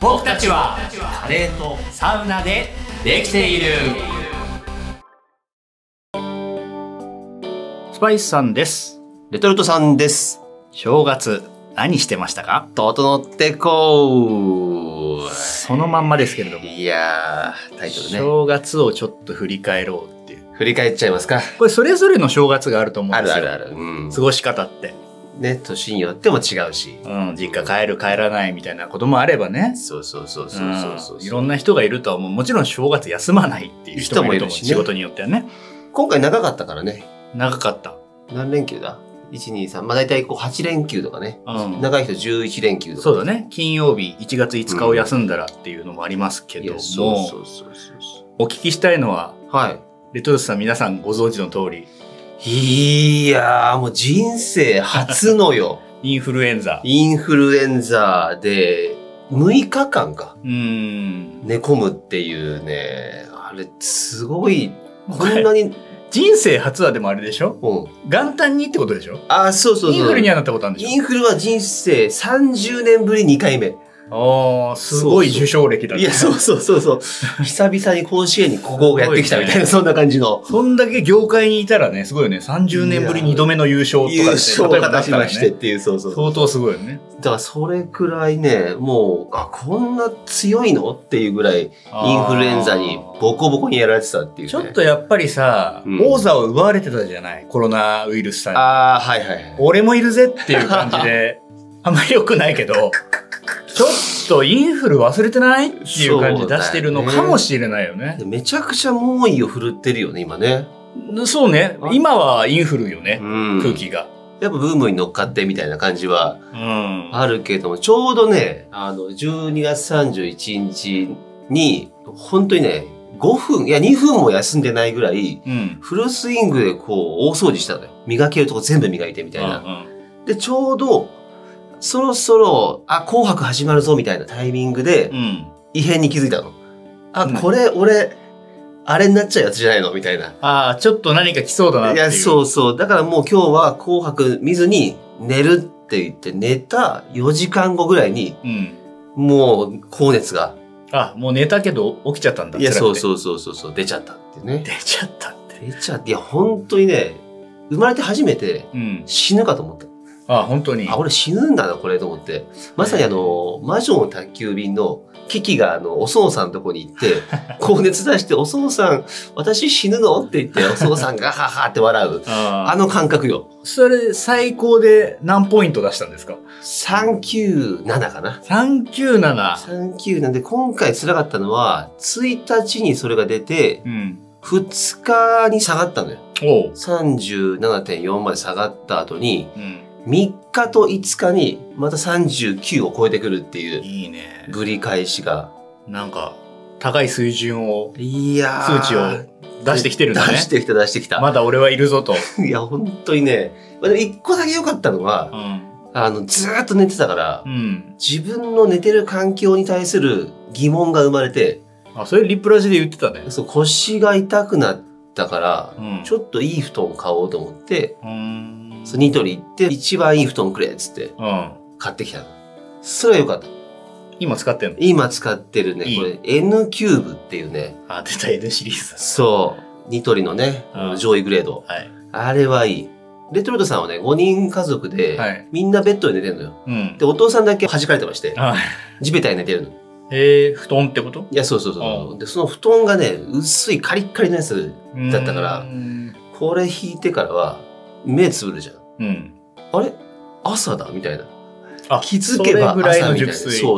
僕たちはカレーとサウナでできている。スパイスさんです。 レトルトさんです。 正月何してましたか？ 整ってこう。 そのまんまですけれども。 いやー、タイトルね。 正月をちょっと振り返ろうっていう。 振り返っちゃいますか。 これそれぞれの正月があると思うんですよ。 ある。うん。 過ごし方って。 ね、年によっても違うし。 うん、実家帰る帰らないみたいなこともあればね。 そう。 いろんな人がいるとは思う。もちろん正月休まないっていう人もいると思う。 人もいるしね。 仕事によってはね。 今回長かったからね。 長かった。 何連休だ ?1、2、3。まあ大体こう8連休とかね。 うん、 長い人11連休とか。 そうだね。金曜日1月5日を休んだらっていうのもありますけども。 そう。 お聞きしたいのは、 はい。 レトルトさん皆さんご存知の通り。 いやー、もう人生初のよ。 インフルエンザで6日間か。寝込むっていうね。あれ、すごい、こんなに。 人生初はでもあれでしょ？ うん。 元旦にってことでしょ？ あ、そう。 インフルにはなったことあるんでしょ？ インフルは人生30年ぶり2回目。 ああ、すごい受賞歴だね。 いや、そう。久々に甲子園にここをやってきたみたいな、そんな感じの。 そんだけ業界にいたらね、すごいよね。30年ぶり2度目の優勝とかって。 優勝を果たしましてっていう、そう。 相当すごいよね。 だからそれくらいね、もう、こんな強いのっていうぐらい、インフルエンザにボコボコにやられてたっていうね。 ちょっとやっぱりさ、王座を奪われてたじゃない？コロナウイルスさんに。 ああ、はい。 俺もいるぜっていう感じで、あんまり良くないけど、ちょっとインフル忘れてないっていう感じ出してるのかもしれないよね。 めちゃくちゃ猛威を振るってるよね、今ね。 そうね。今はインフルよね。空気が。 やっぱブームに乗っかってみたいな感じはあるけども、ちょうどね、12月31日に、本当にね、5分、いや2分も休んでないぐらい、フルスイングでこう大掃除したのよ。磨けるとこ全部磨いてみたいな。で、ちょうど、そろそろ、紅白始まるぞみたいなタイミングで、異変に気づいたの。これ、俺、あれになっちゃうやつじゃないのみたいな。 ちょっと何か来そうだなっていう。 いや、そう。だからもう今日は紅白見ずに寝るって言って寝た4時間後ぐらいに、もう高熱が。 もう寝たけど起きちゃったんだ。 いや、そう。出ちゃったってね。 出ちゃったって。 いや、本当にね、生まれて初めて死ぬかと思った。 本当に。 俺死ぬんだな、これと思って。まさに魔女の宅急便のキキがおソノさんのとこに行って、高熱出して、おソノさん、私死ぬのって言って、おソノさんがははって笑う。感覚よ。 それ、最高で何ポイント出したんですか？ 397 かな。 397。 397で、今回辛かったのは、1日にそれが出て、2日に下がったのよ。37.4 まで下がった後に、3日と5日にまた39を超えてくるっていう。 いいね。 ぶり返しが。 なんか、高い水準を、数値を出してきてるんだね。 出してきた。 まだ俺はいるぞと。 いや、本当にね。1個だけ良かったのは、ずーっと寝てたから、自分の寝てる環境に対する疑問が生まれて。 それリプラジで言ってたね。 そう、腰が痛くなったから、ちょっといい布団を買おうと思って、ニトリ行って一番いい布団くれっつって買ってきたの。それは良かった。 今使ってんの？ 今使ってるね。これ N キューブっていうね。 出た N シリーズ。 そう。ニトリのね、上位グレード。あれはいい。レトルトさんはね、5人家族で、みんなベッドで寝てるのよ。で、お父さんだけ弾かれてまして、地べたに寝てるの。 布団ってこと？ いや、そう。で、その布団がね、薄いカリッカリのやつだったから、これ引いてからは、目つぶるじゃん。あれ朝だみたいな。気づけば朝みたいな。そう。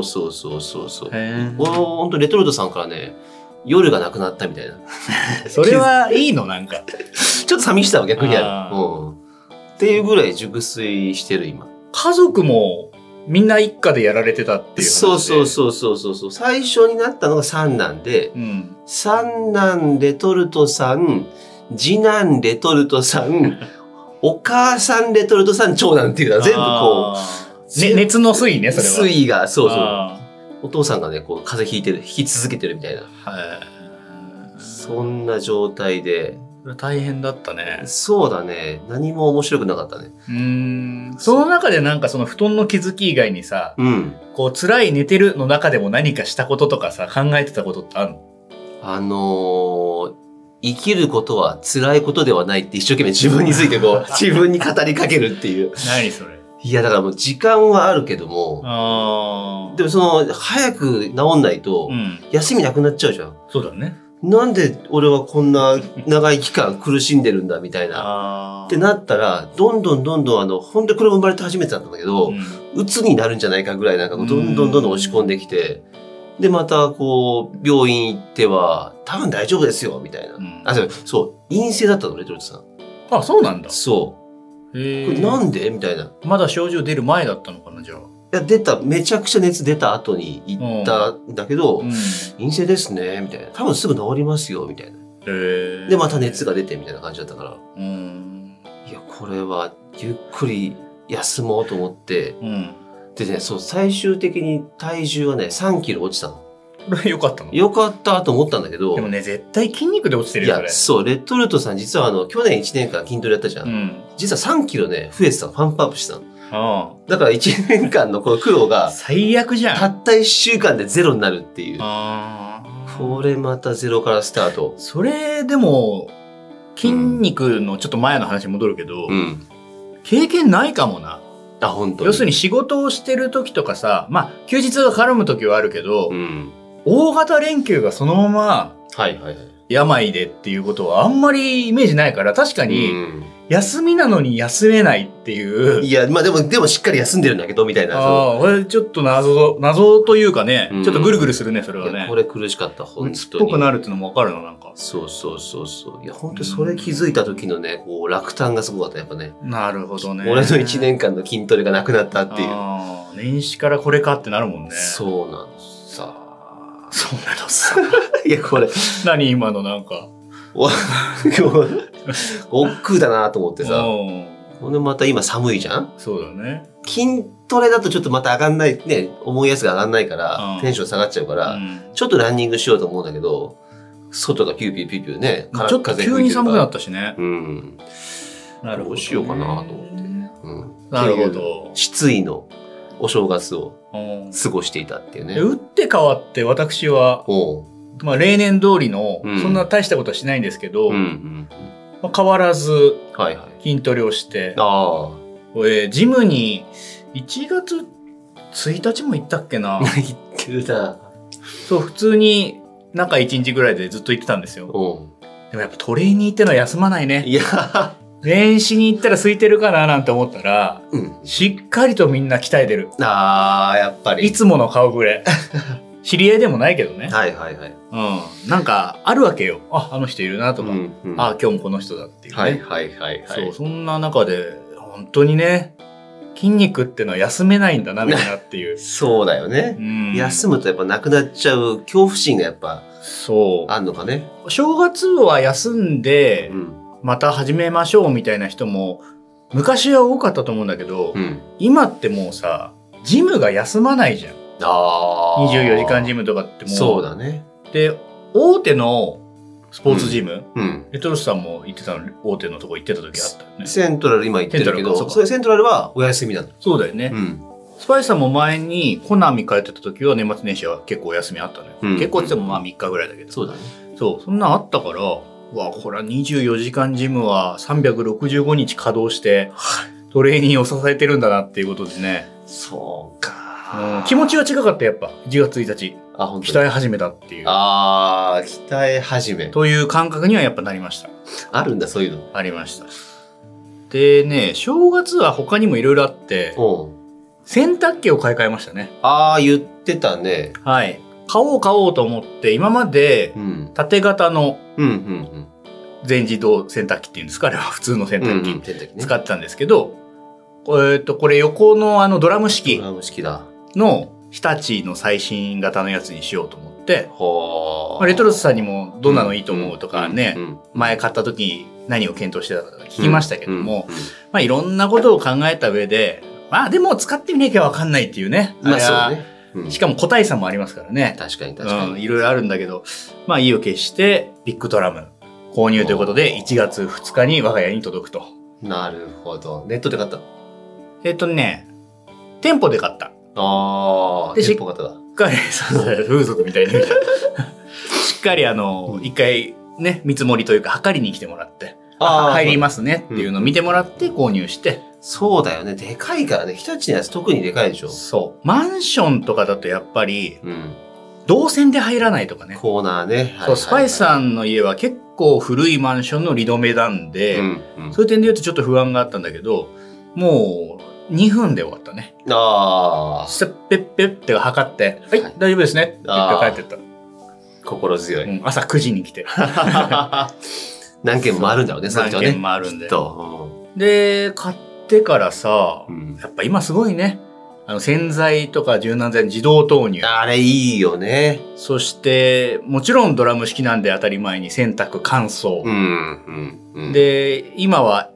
ほんとレトルトさんからね、夜がなくなったみたいな。 それはいいのなんか。 ちょっと寂しさは逆にある。っていうぐらい熟睡してる今。 家族もみんな一家でやられてたっていう話で。 そう。最初になったのが三男で、三男レトルトさん、次男レトルトさん、お母さんレトルトさん、長男っていうのは全部こう、 熱の推移ね、それは。 推移が、そう。お父さんがね、こう、風邪ひき続けてるみたいな。そんな状態で、 大変だったね。 そうだね。何も面白くなかったね。 その中でなんかその布団の気づき以外にさ、こう辛い寝てるの中でも何かしたこととかさ、考えてたことってあるの？ 生きることは辛いことではないって一生懸命自分についてこう、自分に語りかけるっていう。 何それ？ いや、だからもう時間はあるけども、でもその、早く治んないと、休みなくなっちゃうじゃん。 そうだね。 なんで俺はこんな長い期間苦しんでるんだみたいな。ってなったら、どんどん本当にこれも生まれて初めてだったんだけど、鬱になるんじゃないかぐらいなんかどんどん押し込んできて、で、またこう、病院行っては、多分大丈夫ですよ、みたいな。そう、陰性だったの、レトルトさん。 あ、そうなんだ。 そう。これなんでみたいな。 まだ症状出る前だったのかな、じゃあ。 いや、めちゃくちゃ熱出た後に行ったんだけど、陰性ですね、みたいな。多分すぐ治りますよ、みたいな。で、また熱が出て、みたいな感じだったから。いや、これは、ゆっくり休もうと思って、でね、そう、最終的に体重はね、3キロ落ちたの。 これ良かったの？ 良かったと思ったんだけど。 でもね、絶対筋肉で落ちてるよ、それ。 いや、そう、レトルトさん実は去年1年間筋トレやったじゃん。実は3キロね、増えてたの。パンプアップしたの。だから1年間のこの苦労が、 最悪じゃん。 たった1週間でゼロになるっていう。これまたゼロからスタート。 それでも、筋肉のちょっと前の話に戻るけど、経験ないかもな。 あ、本当に。 要するに仕事をしてる時とかさ、まあ、休日が絡む時はあるけど、大型連休がそのまま、病でっていうことはあんまりイメージないから、確かに、休みなのに休めないっていう。 いや、まあでもしっかり休んでるんだけど、みたいな。 これちょっと謎というかね、ちょっとぐるぐるするね、それはね。 これ苦しかった、本当に。 鬱っぽくなるっていうのもわかるの、なんか。 そう。いや、本当にそれ気づいた時のね、こう、落胆がすごかった、やっぱね。 なるほどね。 俺の1年間の筋トレがなくなったっていう。 年始からこれかってなるもんね。 そうなのさ。 そうなのさ。 いや、これ。 何今のなんか。 億劫だなと思ってさ。ほんでまた今寒いじゃん？ そうだね。 筋トレだとちょっとまた上がんない、ね、重いやつが上がんないから、テンション下がっちゃうから、ちょっとランニングしようと思うんだけど、外がピューピューピューピューね、 ちょっと急に寒くなったしね。 なるほど。どうしようかなと思って。 なるほど。 失意のお正月を過ごしていたっていうね。 打って変わって私は、まあ例年通りの、そんな大したことはしないんですけど、変わらず筋トレをして、ジムに1月1日も行ったっけな。 行ってるな。 そう、普通に中1日ぐらいでずっと行ってたんですよ。でもやっぱトレーニーってのは休まないね。 いや練習に行ったら空いてるかななんて思ったら、しっかりとみんな鍛えてる。 やっぱり。 いつもの顔ぶれ。知り合いでもないけどね。なんかあるわけよ。あの人いるなとか、今日もこの人だっていうね。そう、そんな中で本当にね、筋肉ってのは休めないんだなみたいなっていう。 そうだよね。休むとやっぱなくなっちゃう恐怖心がやっぱあんのかね。 正月は休んで、また始めましょうみたいな人も昔は多かったと思うんだけど、今ってもうさ、ジムが休まないじゃん。24時間ジムとかってもう。 そうだね。 で、大手のスポーツジム、レトロスさんも行ってたの、大手のとこ行ってた時あったよね。 セントラル今行ってるけど、それセントラルはお休みなの。 そうだよね。スパイスさんも前にコナミ通ってた時は年末年始は結構お休みあったのよ。結構って言ってもまあ3日ぐらいだけど。 そうだね。 そう、そんなんあったから、これは24時間ジムは365日稼働して、トレーニーを支えてるんだなっていうことでね。 そうか。 気持ちは違かった、やっぱ。1月1日。鍛え始めたっていう。 鍛え始め。 という感覚にはやっぱなりました。 あるんだ、そういうの。 ありました。でね、正月は他にもいろいろあって、洗濯機を買い替えましたね。 言ってたね。 はい。買おうと思って、今まで、縦型の、全自動洗濯機っていうんですか、あれは普通の洗濯機使ってたんですけど、これ横のドラム式の日立の最新型のやつにしようと思って、レトロスさんにもどんなのいいと思うとかね、前買った時に何を検討してたかとか聞きましたけども、まあいろんなことを考えた上で、まあでも使ってみなきゃわかんないっていうね。しかも個体差もありますからね。 確かに。 いろいろあるんだけど、まあ意を決してビッグドラム。 購入ということで、1月2日に我が家に届くと。 なるほど。ネットで買った？ 店舗で買った。 ああ、店舗型だ。 しっかり、風俗みたいに言うじゃん。しっかり一回ね、見積もりというか、測りに来てもらって、入りますねっていうのを見てもらって購入して。 そうだよね。でかいからね。日立のやつ特にでかいでしょ。 そう。マンションとかだとやっぱり、動線で入らないとかね。 コーナーね。 そう、スパイスさんの家は結構古いマンションのリノベなんで、そういう点で言うとちょっと不安があったんだけど、もう2分で終わったね。 ああ。 ステッペッペッって測って、はい、大丈夫ですねって言って帰ってった。 心強い。 朝9時に来て。 何件もあるんだろうね、 何件もあるんで。で、買ってからさ、やっぱ今すごいね。洗剤とか柔軟剤の自動投入。 あれいいよね。 そして、もちろんドラム式なんで当たり前に洗濯乾燥。で、今は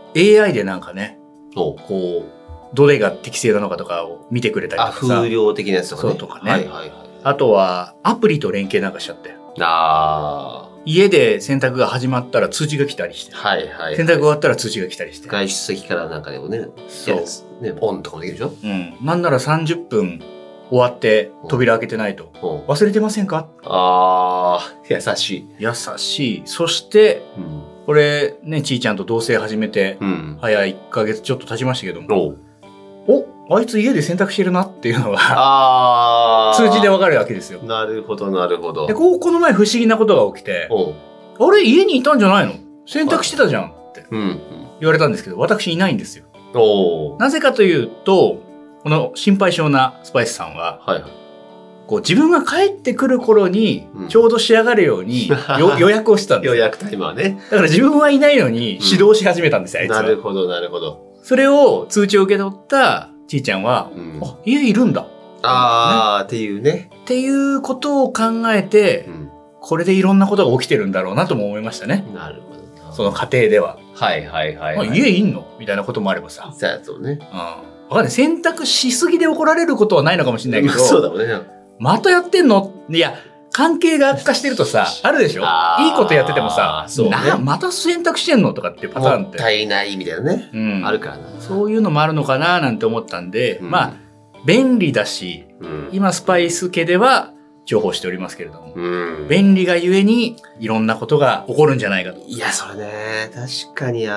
AI でなんかね、こう、どれが適正なのかとかを見てくれたりとかさ。 風量的なやつとかね。 そうとかね。あとは、アプリと連携なんかしちゃって。家で洗濯が始まったら通知が来たりして。洗濯が終わったら通知が来たりして。 外出先からなんかでもね、ね、オンとかもできるでしょ？ なんなら30分終わって扉開けてないと。忘れてませんか？ 優しい。 優しい。そして、これね、ちーちゃんと同棲始めて、早1ヶ月ちょっと経ちましたけども。あいつ家で洗濯してるなっていうのが通知でわかるわけですよ。 なるほど、なるほど。 で、この前不思議なことが起きて、あれ家にいたんじゃないの？洗濯してたじゃんって言われたんですけど、私いないんですよ。なぜかというと、この心配性なスパイスさんは、こう自分が帰ってくる頃にちょうど仕上がるように予約をしたんですよ。 予約タイマーね。 だから自分はいないのに指導し始めたんですよ、あいつは。 なるほど、なるほど。 それを通知を受け取ったちーちゃんは、家いるんだ。 っていうね。 っていうことを考えて、これでいろんなことが起きてるんだろうなとも思いましたね。 なるほど。 その家庭では。家いんのみたいなこともあればさ。 そうね。 わかんない。洗濯しすぎで怒られることはないのかもしれないけど。 そうだもんね。 またやってんの？いや、関係が悪化してるとさ、あるでしょ？いいことやっててもさ、また洗濯してんのとかっていうパターンって。 もったいないみたいなね。あるからな。 そういうのもあるのかななんて思ったんで、まあ、便利だし、今スパイス家では重宝しておりますけれども、便利がゆえにいろんなことが起こるんじゃないかと。 いや、それね、確かに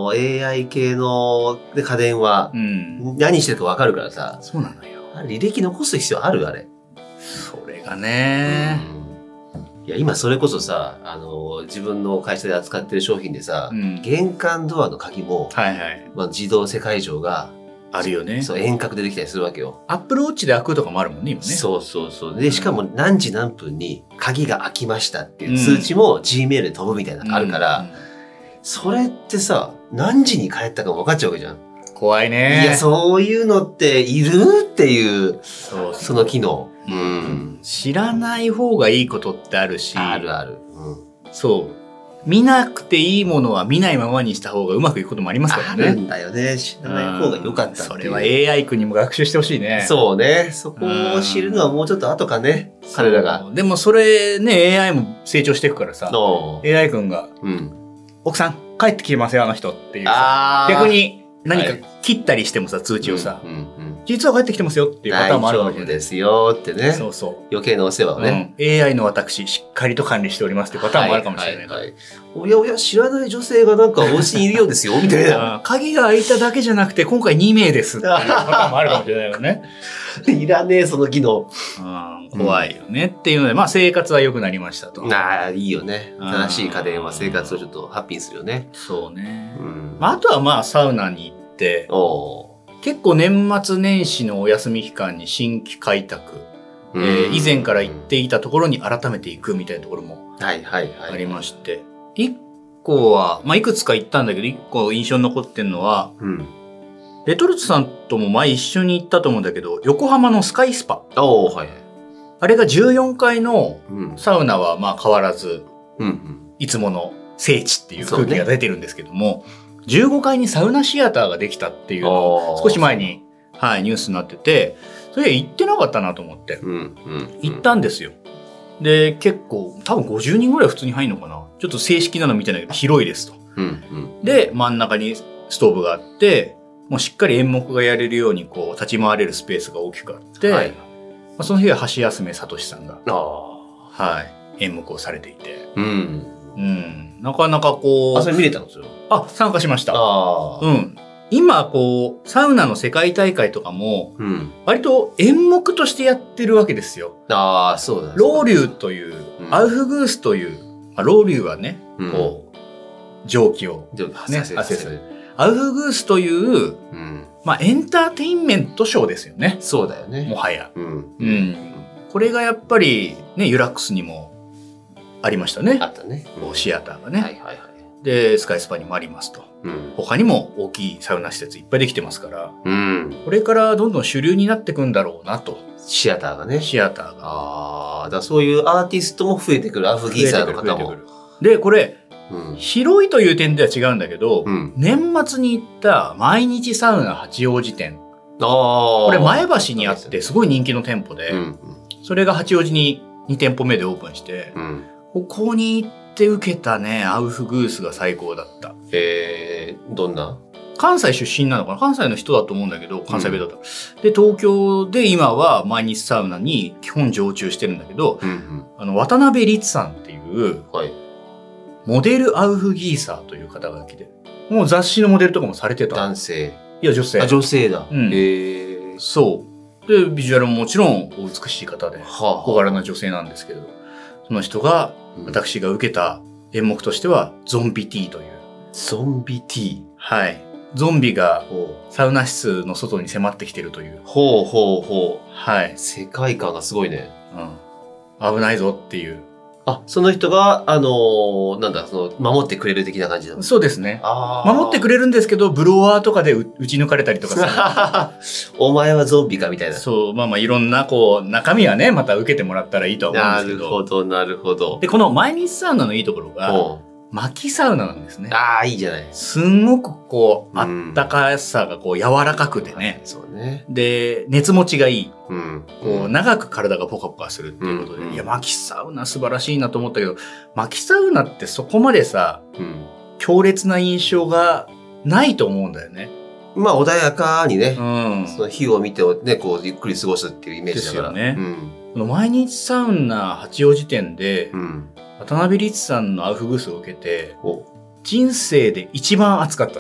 AI 系の家電は、何してるかわかるからさ。 そうなのよ。 履歴残す必要ある？あれ。 それがね。 いや、今それこそさ、自分の会社で扱ってる商品でさ、玄関ドアの鍵も、自動世界上が、 あるよね。 そう、遠隔でできたりするわけよ。 アップルウォッチで開くとかもあるもんね、今ね。 そう。で、しかも何時何分に鍵が開きましたっていう通知も Gmail で飛ぶみたいなのがあるから、それってさ、何時に帰ったかも分かっちゃうわけじゃん。 怖いね。 いや、そういうのっているっていう、その機能。 知らない方がいいことってあるし。 ある。 そう。見なくていいものは見ないままにした方がうまくいくこともありますからね。 あるんだよね。知らない方が良かったっていう。 それは AI 君にも学習してほしいね。 そうね。そこを知るのはもうちょっと後かね。彼らが。 でもそれね、AI も成長していくからさ。AI 君が、奥さん帰ってきてますよ、あの人っていうさ。逆に何か切ったりしてもさ、通知をさ。実は帰ってきてますよっていうパターンもあるわけですよってね。余計なお世話をね。 AI の私、しっかりと管理しておりますっていうパターンもあるかもしれないから。 おや、知らない女性がなんかお家にいるようですよ、みたいな。 鍵が開いただけじゃなくて、今回2名ですっていうパターンもあるかもしれないよね。 いらねえ、その機能。 怖いよねっていうので、まあ生活は良くなりましたと。 いいよね。新しい家電は生活をちょっとハッピーにするよね。 そうね。あとはまあサウナに行って、結構年末年始のお休み期間に新規開拓、以前から行っていたところに改めて行くみたいなところもありまして、一個は、まあいくつか行ったんだけど、一個印象に残ってるのは、レトルトさんとも前一緒に行ったと思うんだけど、横浜のスカイスパ。あれが14階のサウナはまあ変わらず、いつもの聖地っていう空気が出てるんですけども、15階にサウナシアターができたっていうのを少し前に、ニュースになってて、それ行ってなかったなと思って、行ったんですよ。 で、結構、多分50人ぐらい普通に入るのかな。ちょっと正式なの見てないけど、広いですと。で、真ん中にストーブがあって、もうしっかり演目がやれるように、こう、立ち回れるスペースが大きくあって、はい、その日は橋休め聡さんが、はい、演目をされていて、なかなかこう。 それ見れたんですよ。 参加しました。今、こう、サウナの世界大会とかも、割と演目としてやってるわけですよ。 そうだね。 ロウリュという、アウフグースという、ロウリュはね、こう、蒸気をね、発生する。アウフグースという、エンターテインメントショーですよね。 そうだよね。 もはや。これがやっぱり、ね、ユラックスにもありましたね。 あったね。 シアターがね。で、スカイスパにもありますと。他にも大きいサウナ施設いっぱいできてますから、これからどんどん主流になっていくんだろうなと。 シアターがね。 シアターが。 だからそういうアーティストも増えてくる。アフギーサーの方も。 で、これ、広いという点では違うんだけど、年末に行った毎日サウナ八王子店。これ前橋にあってすごい人気の店舗で、それが八王子に2店舗目でオープンして、ここに行って受けたね、アウフグースが最高だった。 どんな？ 関西出身なのかな？関西の人だと思うんだけど、関西弁だった。で、東京で今は毎日サウナに基本常駐してるんだけど、渡辺律さんっていう、モデルアウフギーサーという肩書きで、もう雑誌のモデルとかもされてた。 男性？ いや、女性。 女性だ。 そう。で、ビジュアルももちろんお美しい方で、小柄な女性なんですけど、その人が、私が受けた演目としては、ゾンビティーという。 ゾンビティー？ はい。ゾンビがサウナ室の外に迫ってきてるという。はい。 世界観がすごいね。 危ないぞっていう。 その人が、守ってくれる的な感じだ。 そうですね。守ってくれるんですけど、ブロワーとかで打ち抜かれたりとかする。お前はゾンビかみたいな。 そう、いろんな、こう、中身はね、また受けてもらったらいいとは思うんですけど。 なるほど。 で、この毎日サウナのいいところが、薪サウナなんですね。 いいじゃない。 すんごくこう、あったかさがこう柔らかくてね。 そうね。 で、熱持ちがいい。こう、長く体がポカポカするっていうことで、いや、薪サウナ素晴らしいなと思ったけど、薪サウナってそこまでさ、強烈な印象がないと思うんだよね。 穏やかにね、その火を見てね、こう、ゆっくり過ごすっていうイメージだから。 ですよね。この毎日サウナ八王子店で、渡辺律さんのアウフグースを受けて、人生で一番暑かったです。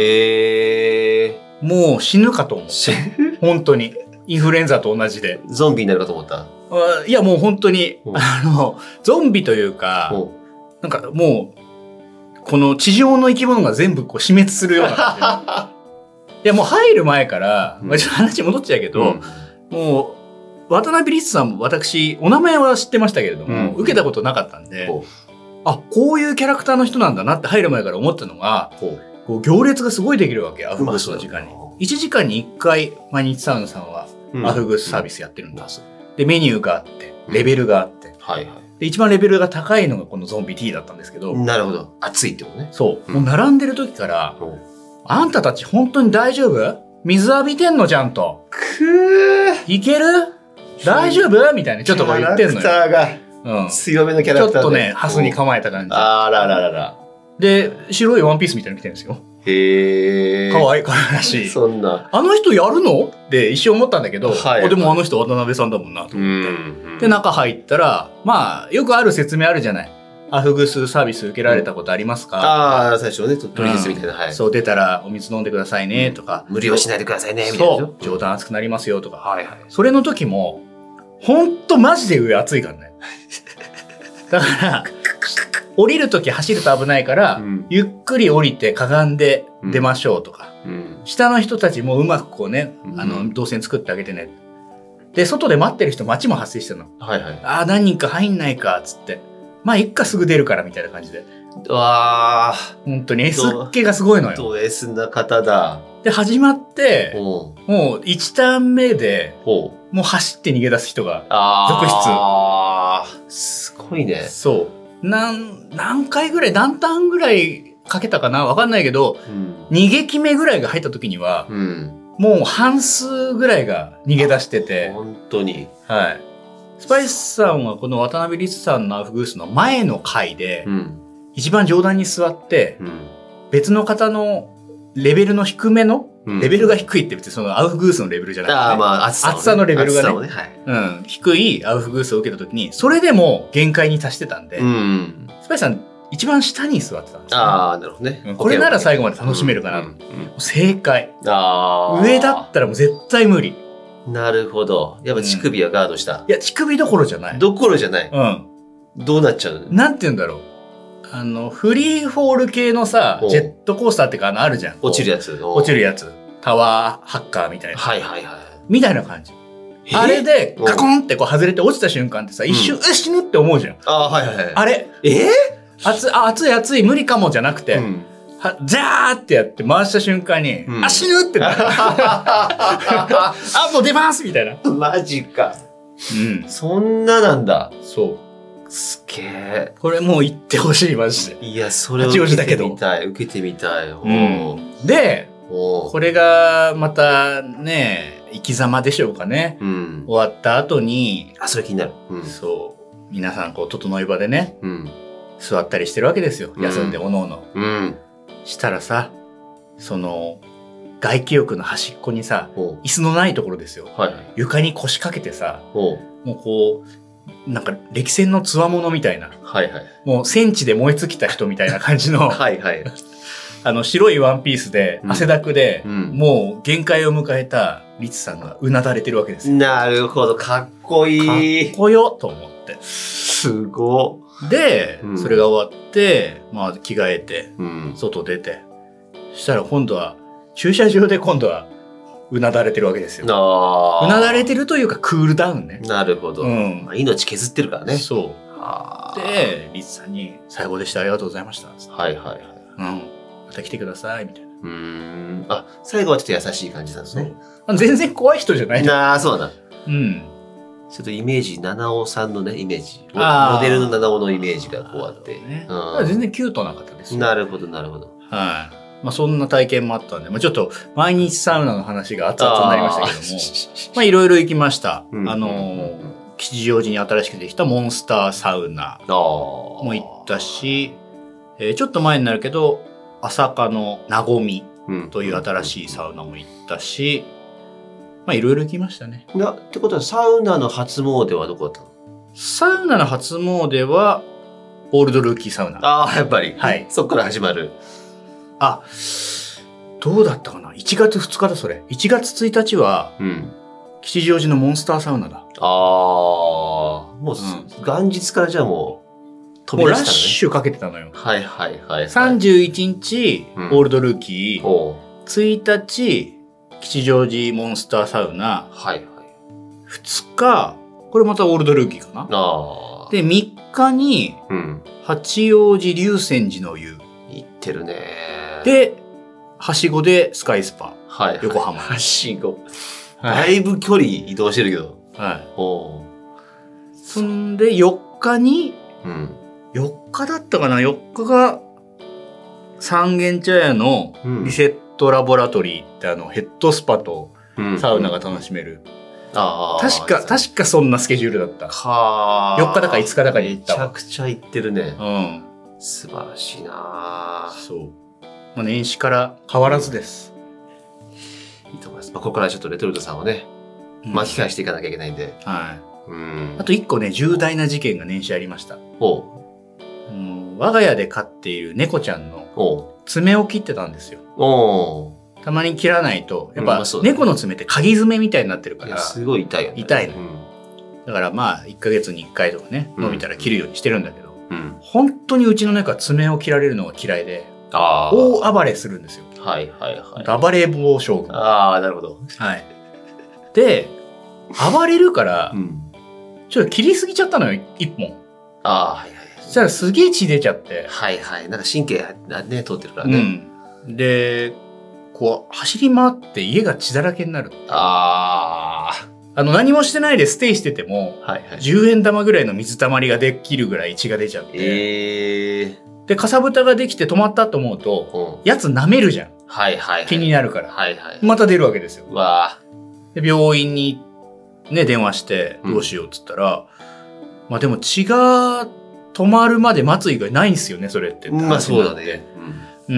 もう死ぬかと思う。本当に。インフルエンザと同じで。 ゾンビになるかと思った？ いや、もう本当に、ゾンビというか、なんかもう、この地上の生き物が全部こう死滅するような感じ。いや、もう入る前から、ちょっと話戻っちゃうけど、もう、渡辺律さんも私、お名前は知ってましたけれども、受けたことなかったんで、こういうキャラクターの人なんだなって入る前から思ったのが、こう行列がすごいできるわけ、アフグースの時間に。1時間に1回、毎日サウナさんはアフグースサービスやってるんです。で、メニューがあって、レベルがあって、で、一番レベルが高いのがこのゾンビ T だったんですけど。 なるほど。熱いってことね。 そう。もう並んでる時から、あんたたち本当に大丈夫？水浴びてんのちゃんと。いける？大丈夫？みたいにちょっとこう言ってんのよ。 キャラクターが強めのキャラクターで。 ちょっとね、ハスに構えた感じ。 あらららら。 で、白いワンピースみたいに着てるんですよ。かわいらしい。 そんな。 あの人やるのって一瞬思ったんだけど、でもあの人渡辺さんだもんなと思って。で、中入ったら、よくある説明あるじゃない。アフグースサービス受けられたことありますか？ 最初ね、取り水みたいな。 そう、出たらお水飲んでくださいね、とか。 無理はしないでくださいね、みたいな。そう、 冗談熱くなりますよ、とか。それの時も、ほんとマジで上熱いからね。だから、降りるとき走ると危ないから、ゆっくり降りてかがんで出ましょうとか、下の人たちもうまくこうね、動線作ってあげてね。で、外で待ってる人待ちも発生してるの。何人か入んないか、つって。一回すぐ出るからみたいな感じで。本当に S っ気がすごいのよ。 S な方だ。 で、始まって、もう1ターン目で、もう走って逃げ出す人が続出。 すごいね。 そう。何回ぐらい、何ターンぐらいかけたかなわかんないけど、2撃目ぐらいが入った時には、もう半数ぐらいが逃げ出してて。 本当に。 はい。 スパイスさんはこの渡辺律さんのアウフグースの前の回で、一番上段に座って、別の方のレベルの低めの、レベルが低いって別にそのアウフグースのレベルじゃなくて、ね、まあ厚さのレベルがね、低いアウフグースを受けた時に、それでも限界に達してたんで、スパイスさん一番下に座ってたんですよ、ね。 ああ、なるほどね。 これなら最後まで楽しめるかな。正解。上だったらもう絶対無理。 なるほど。やっぱ乳首はガードした。 いや、乳首どころじゃない。 どころじゃない。どうなっちゃう？ なんて言うんだろう。フリーフォール系のさ、ジェットコースターってかあるじゃん。 落ちるやつ。 落ちるやつ。タワーハッカーみたいな。 はいはいはい。 みたいな感じ。あれで、ガコンってこう外れて落ちた瞬間ってさ、一瞬、死ぬって思うじゃん。 はいはいはい。 あれ。熱い無理かもじゃなくて、ジャーってやって回した瞬間に、死ぬってなる。もう出ますみたいな。 マジか。そんななんだ。 そう。 すげえ。 これもう言ってほしい、マジで。 いや、それを受けてみたい。受けてみたい。 で、これがまたね、生き様でしょうかね。終わった後に、 それ気になる。 そう。皆さんこう、整い場でね、座ったりしてるわけですよ。休んでおのおの。したらさ、その、外気浴の端っこにさ、椅子のないところですよ。床に腰掛けてさ、もうこう、なんか歴戦の強者みたいな。もう戦地で燃え尽きた人みたいな感じの。白いワンピースで、汗だくで、もう限界を迎えた律さんがうなだれてるわけですよ。 なるほど、かっこいい。 かっこよと思って。 すごい。で、それが終わって、まあ着替えて、外出て、そしたら今度は、駐車場で今度は、うなだれてるわけですよ。うなだれてるというかクールダウンね。 なるほど。命削ってるからね。 そう。で、律さんに、最後でした、ありがとうございました。また来てください、みたいな。最後はちょっと優しい感じなんですね。 全然怖い人じゃない。 そうだ。ちょっとイメージ、七尾さんのね、イメージ。モデルの七尾のイメージがこうあって。 全然キュートな方ですよ。 なるほど、なるほど。 はい。まあそんな体験もあったんで、ちょっと毎日サウナの話が熱々になりましたけども、いろいろ行きました。吉祥寺に新しくできたモンスターサウナも行ったし、ちょっと前になるけど、朝霞のなごみという新しいサウナも行ったし、いろいろ行きましたね。 ってことはサウナの初詣はどこだったの？ サウナの初詣は、オールドルーキーサウナ。 やっぱり。 はい。 そっから始まる。 どうだったかな ?1 月2日だ、それ。1月1日は、吉祥寺のモンスターサウナだ。 もう、元日からじゃあもう、 飛び出したね。もうラッシュかけてたのよ。31日、オールドルーキー。1日、吉祥寺モンスターサウナ。2日、これまたオールドルーキーかな。で、3日に、八王子龍泉寺の湯。 行ってるね。 で、はしごでスカイスパ。横浜。 はしご。だいぶ距離移動してるけど。 そんで、4日に、4日だったかな ?4 日が、三軒茶屋のリセットラボラトリーってヘッドスパとサウナが楽しめる。確かそんなスケジュールだった。4日だか5日だかに行ったわ。 めちゃくちゃ行ってるね。素晴らしいな。 そう。年始から変わらずです。 いいと思います。ここからちょっとレトルトさんをね、巻き返していかなきゃいけないんで。 あと1個ね、重大な事件が年始ありました。我が家で飼っている猫ちゃんの爪を切ってたんですよ。たまに切らないと、やっぱ猫の爪って鍵爪みたいになってるから。 すごい痛いよね。 痛いの。だから1ヶ月に1回とかね、伸びたら切るようにしてるんだけど、本当にうちの猫は爪を切られるのが嫌いで、大暴れするんですよ。暴れん坊将軍。 なるほど。 で、暴れるから、ちょっと切りすぎちゃったのよ、1本。そしたらすげえ血出ちゃって。 なんか神経ね、通ってるからね。 で、こう、走り回って家が血だらけになる。何もしてないでステイしてても、10円玉ぐらいの水たまりができるぐらい血が出ちゃって。で、かさぶたができて止まったと思うと、やつ舐めるじゃん。気になるから。また出るわけですよ。で、病院にね、電話して、どうしようっつったら、 まあでも血が止まるまで待つ以外ないんですよね、それって。 まあそうだね。 うん。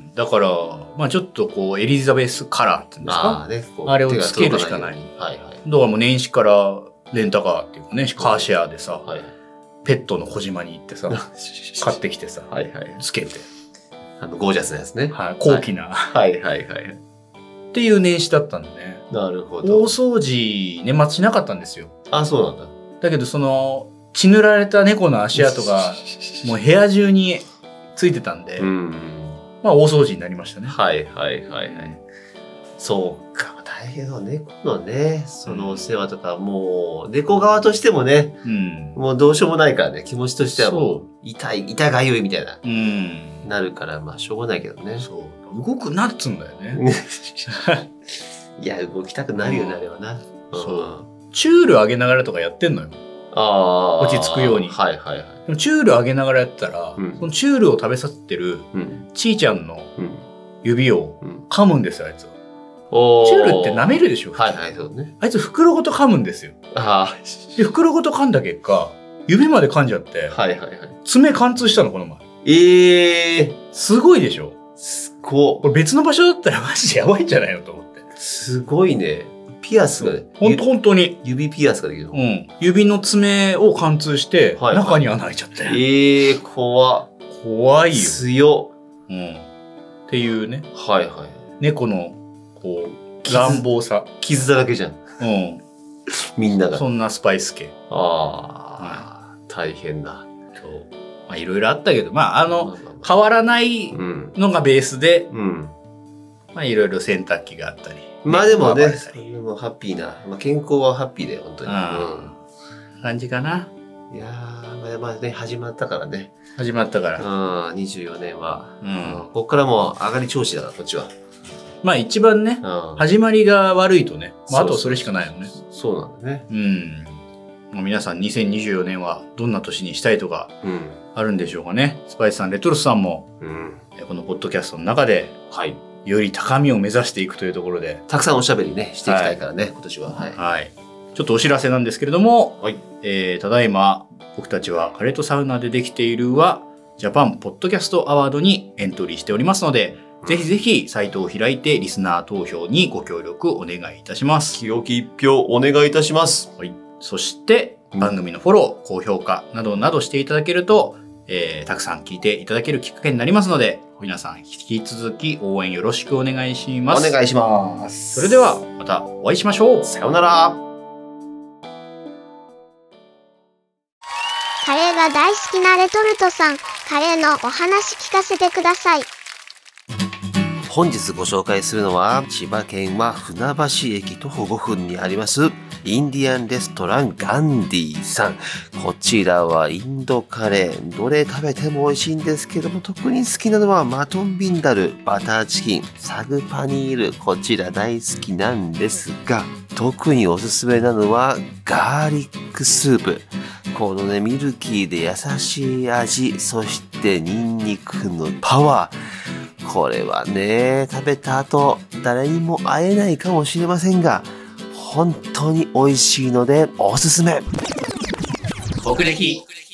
だから、まあちょっとこう、エリザベスカラーっていうんですか。 ね、 あれをつけるしかない。 はいはい。 だからもう年始からレンタカーっていうかね、カーシェアでさ、ペットの小島に行ってさ、買ってきてさ、つけて。 ゴージャスなやつね。 はい、高貴な。 はいはいはい。 っていう年始だったんでね。 なるほど。 大掃除、年末しなかったんですよ。 あ、そうなんだ。 だけどその、血塗られた猫の足跡が、もう部屋中についてたんで、まあ大掃除になりましたね。 はいはいはいはい。そうか、大変だ。猫のね、そのお世話とか、もう、猫側としてもね、もうどうしようもないからね、気持ちとしてはもう、痛がゆいみたいな、なるから、まあしょうがないけどね。 そう。動くなっつんだよね。 いや、動きたくなるよね、あれはな。 そう。チュール上げながらとかやってんのよ。落ち着くように。 はいはいはい。 でもチュール上げながらやったら、そのチュールを食べさせてる、ちーちゃんの指を噛むんですよ、あいつは。チュールって舐めるでしょ。 はいはい、そうね。 あいつ袋ごと噛むんですよ。で、袋ごと噛んだ結果、指まで噛んじゃって、爪貫通したの、この前。すごいでしょ。これ別の場所だったらマジでやばいんじゃないのと思って。 すごいね。ピアスが、 本当に。 指ピアスができるの？ 指の爪を貫通して、中に穴開いちゃって。 怖いよ。 強っていうね。 はいはい。 猫の、こう、乱暴さ。 傷だらけじゃん。みんなが。 そんなスパイス系。 大変だ。 そう。まあいろいろあったけど、まあ変わらないのがベースで、まあいろいろ洗濯機があったり。 まあでもね、ハッピーな、健康はハッピーだよ、本当に。 感じかな。 いやー、まあね、始まったからね。 始まったから。 24年は。ここからもう上がり調子だな、こっちは。 まあ一番ね、始まりが悪いとね、あとそれしかないよね。 そうなんだね。 もう皆さん2024年はどんな年にしたいとかあるんでしょうかね。スパイスさん、レトロスさんも、このポッドキャストの中で、より高みを目指していくというところで。 たくさんおしゃべりね、していきたいからね、今年は。 はい。ちょっとお知らせなんですけれども、ただいま僕たちはカレットサウナでできているは、ジャパンポッドキャストアワードにエントリーしておりますので、ぜひぜひサイトを開いてリスナー投票にご協力お願いいたします。 清き一票お願いいたします。 そして番組のフォロー、高評価などなどしていただけると、たくさん聞いていただけるきっかけになりますので、皆さん引き続き応援よろしくお願いします。 お願いします。 それではまたお会いしましょう。 さようなら。 カレーが大好きなレトルトさん、カレーのお話聞かせてください。 本日ご紹介するのは、千葉県は船橋駅徒歩5分にあります、インディアンレストランガンディさん。こちらはインドカレー。どれ食べても美味しいんですけども、特に好きなのはマトンビンダル、バターチキン、サグパニール。こちら大好きなんですが、特におすすめなのはガーリックスープ。このね、ミルキーで優しい味、そしてニンニクのパワー。これはね、食べた後、誰にも会えないかもしれませんが、本当に美味しいのでおすすめ。 僕歴